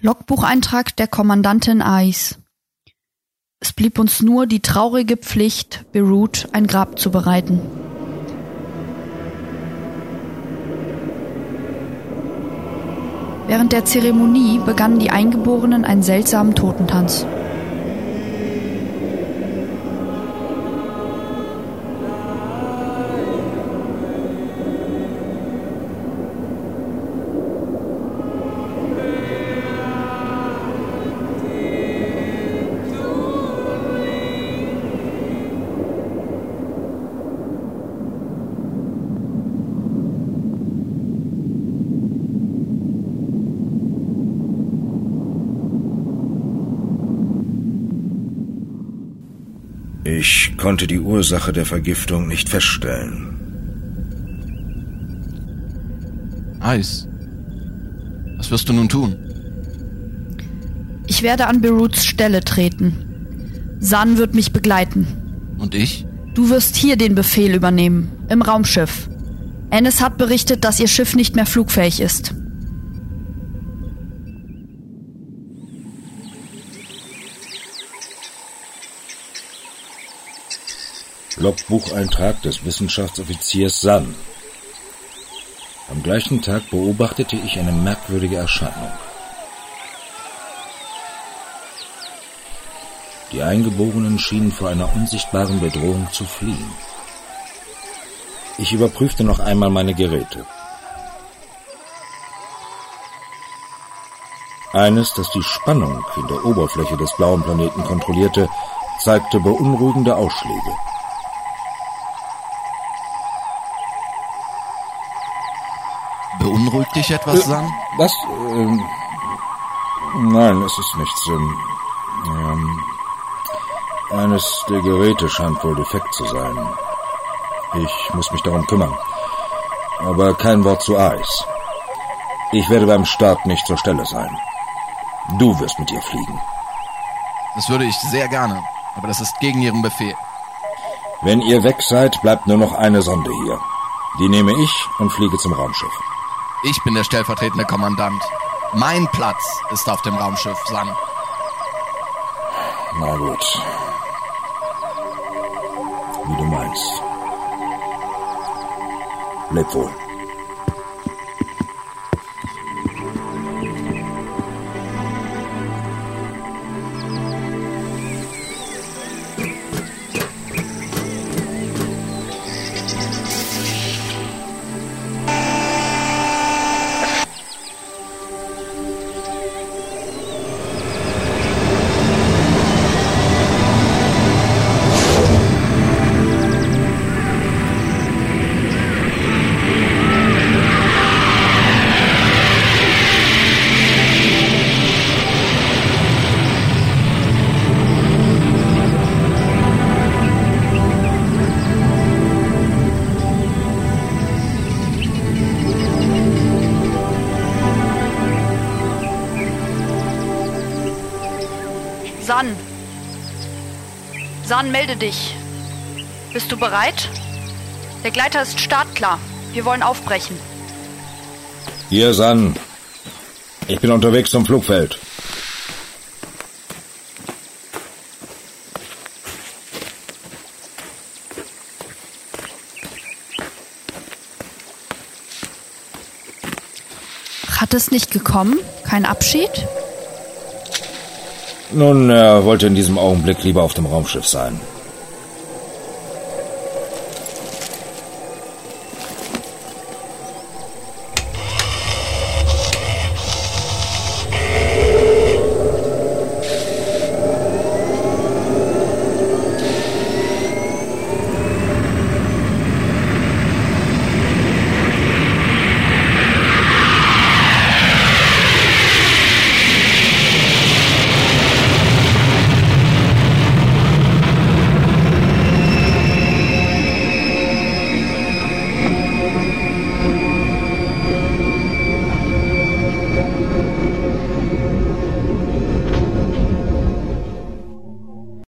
Logbucheintrag der Kommandantin Ais. Es blieb uns nur die traurige Pflicht, Beirut ein Grab zu bereiten. Während der Zeremonie begannen die Eingeborenen einen seltsamen Totentanz. Ich konnte die Ursache der Vergiftung nicht feststellen. Ais, was wirst du nun tun? Ich werde an Beiruts Stelle treten. San wird mich begleiten. Und ich? Du wirst hier den Befehl übernehmen, im Raumschiff. Ennis hat berichtet, dass ihr Schiff nicht mehr flugfähig ist. Logbucheintrag des Wissenschaftsoffiziers San. Am gleichen Tag beobachtete ich eine merkwürdige Erscheinung. Die Eingeborenen schienen vor einer unsichtbaren Bedrohung zu fliehen. Ich überprüfte noch einmal meine Geräte. Eines, das die Spannung in der Oberfläche des blauen Planeten kontrollierte, zeigte beunruhigende Ausschläge. Beunruhigt dich etwas, San? Was? Nein, es ist nichts. Eines der Geräte scheint wohl defekt zu sein. Ich muss mich darum kümmern. Aber kein Wort zu Ais. Ich werde beim Start nicht zur Stelle sein. Du wirst mit ihr fliegen. Das würde ich sehr gerne, aber das ist gegen Ihren Befehl. Wenn ihr weg seid, bleibt nur noch eine Sonde hier. Die nehme ich und fliege zum Raumschiff. Ich bin der stellvertretende Kommandant. Mein Platz ist auf dem Raumschiff, San. Na gut. Wie du meinst. Leb wohl. San, melde dich. Bist du bereit? Der Gleiter ist startklar. Wir wollen aufbrechen. Hier, San. Ich bin unterwegs zum Flugfeld. Hat es nicht gekommen? Kein Abschied? Nun, er wollte in diesem Augenblick lieber auf dem Raumschiff sein.